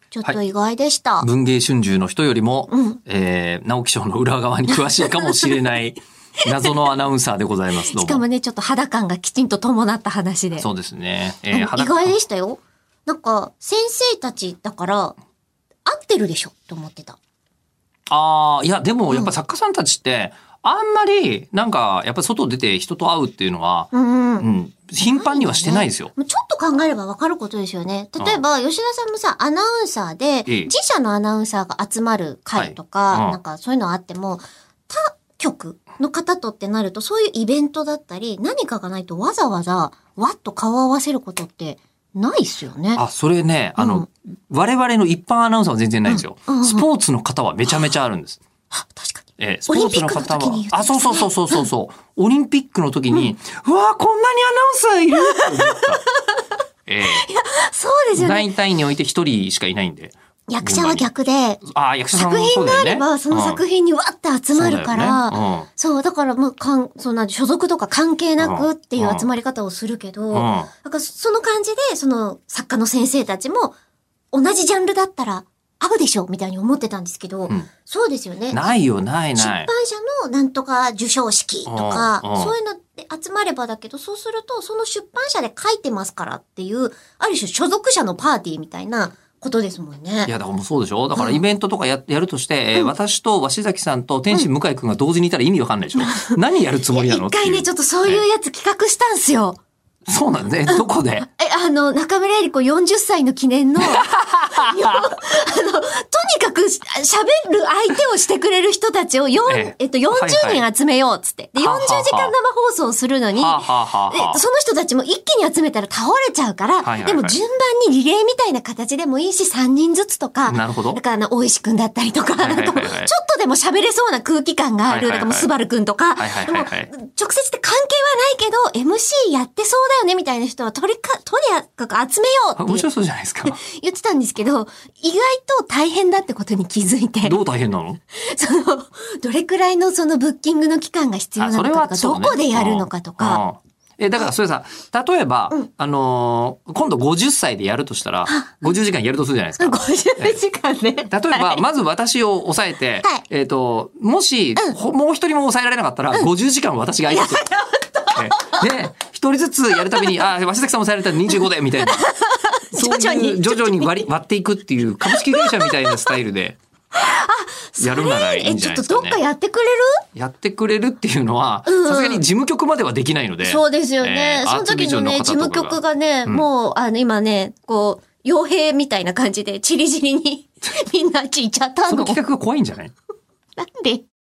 ちょっと意外でした。 文藝春秋の人よりも、直木賞の裏側に詳しいかもしれない謎のアナウンサーでございます。 しかもね、ちょっと肌感がきちんと伴った話で。 そうですね。 意外でしたよ。なんか、先生たちだから、合ってるでしょって思ってた。 いや、でもやっぱ作家さんたちって、あんまり、なんか、やっぱり外出て人と会うっていうのは、頻繁にはしてないですよ。 ちょっと考えればわかることですよね。例えば、吉田さんもさ、アナウンサーで、自社のアナウンサーが集まる会とか、なんかそういうのあっても、他局の方とってなると、そういうイベントだったり、何かがないとわざわざ、わっと顔を合わせることって、ないっすよね。 それね、我々の一般アナウンサーは全然ないんですよ。スポーツの方はめちゃめちゃあるんです。 確かに。 スポーツの方は、そう。オリンピックの時に、うわーこんなにアナウンサーいるって思った。 いや、そうですよね。 大体において一人しかいないんで。 役者は逆で、 役者さん作もそうだよね。 品があれば、その作品にわって集まるから、そう、だからもう、そんな所属とか関係なくっていう集まり方をするけど、なんかその感じで、その作家の先生たちも、同じジャンルだったら、合うでしょみたいに思ってたんですけど、そうですよね。 ないよ、ない。 出版社のなんとか受賞式とか、そういうので集まればだけど、そうすると、その出版社で書いてますからっていう、ある種所属者のパーティーみたいなことですもんね。 いや、だからもうそうでしょ。だからイベントとかやるとして、私と鷲崎さんと天心向井くんが同時にいたら意味わかんないでしょ。何やるつもりなの一回ね、ちょっとそういうやつ企画したんすよ。 そうなんですね。どこで中村江里子40歳の記念の、とにかく喋る相手をしてくれる人たちを40人集めようっつって。で、40時間生放送するのに、その人たちも一気に集めたら倒れちゃうから、でも順番にリレーみたいな形でもいいし、3人ずつとか、 なるほど。 だから大石くんだったりとか、ちょっとでも喋れそうな空気感がある、だからもうスバルくんとか、でも直接って関係はないけど、MC やってそうだよねみたいな人はとにかく集めようって面白そうじゃないですか。 言ってたんですけど、意外と大変だってことに気づいて。 どう大変なの？ どれくらいのそのブッキングの期間が必要なのかとか、どこでやるのかとか。 だからそれさ、例えば、今度50歳でやるとしたら、50時間やるとするじゃないですか。 50時間ね。 例えば、まず私を抑えて、もし、もう一人も抑えられなかったら、50時間私がやります。で、一人ずつやるたびに、鷲崎さん抑えられたら25で、みたいな。そういう徐々に割っていくっていう株式会社みたいなスタイルで。やるならいいんじゃないですかね。 ちょっとどっかやってくれる？ やってくれるっていうのは、さすがに事務局まではできないので。 そうですよね。その時のね、事務局がね、もう、今ね、こう、傭兵みたいな感じで、チリチリにみんなあっち行っちゃったの。 その企画が怖いんじゃない？ なんで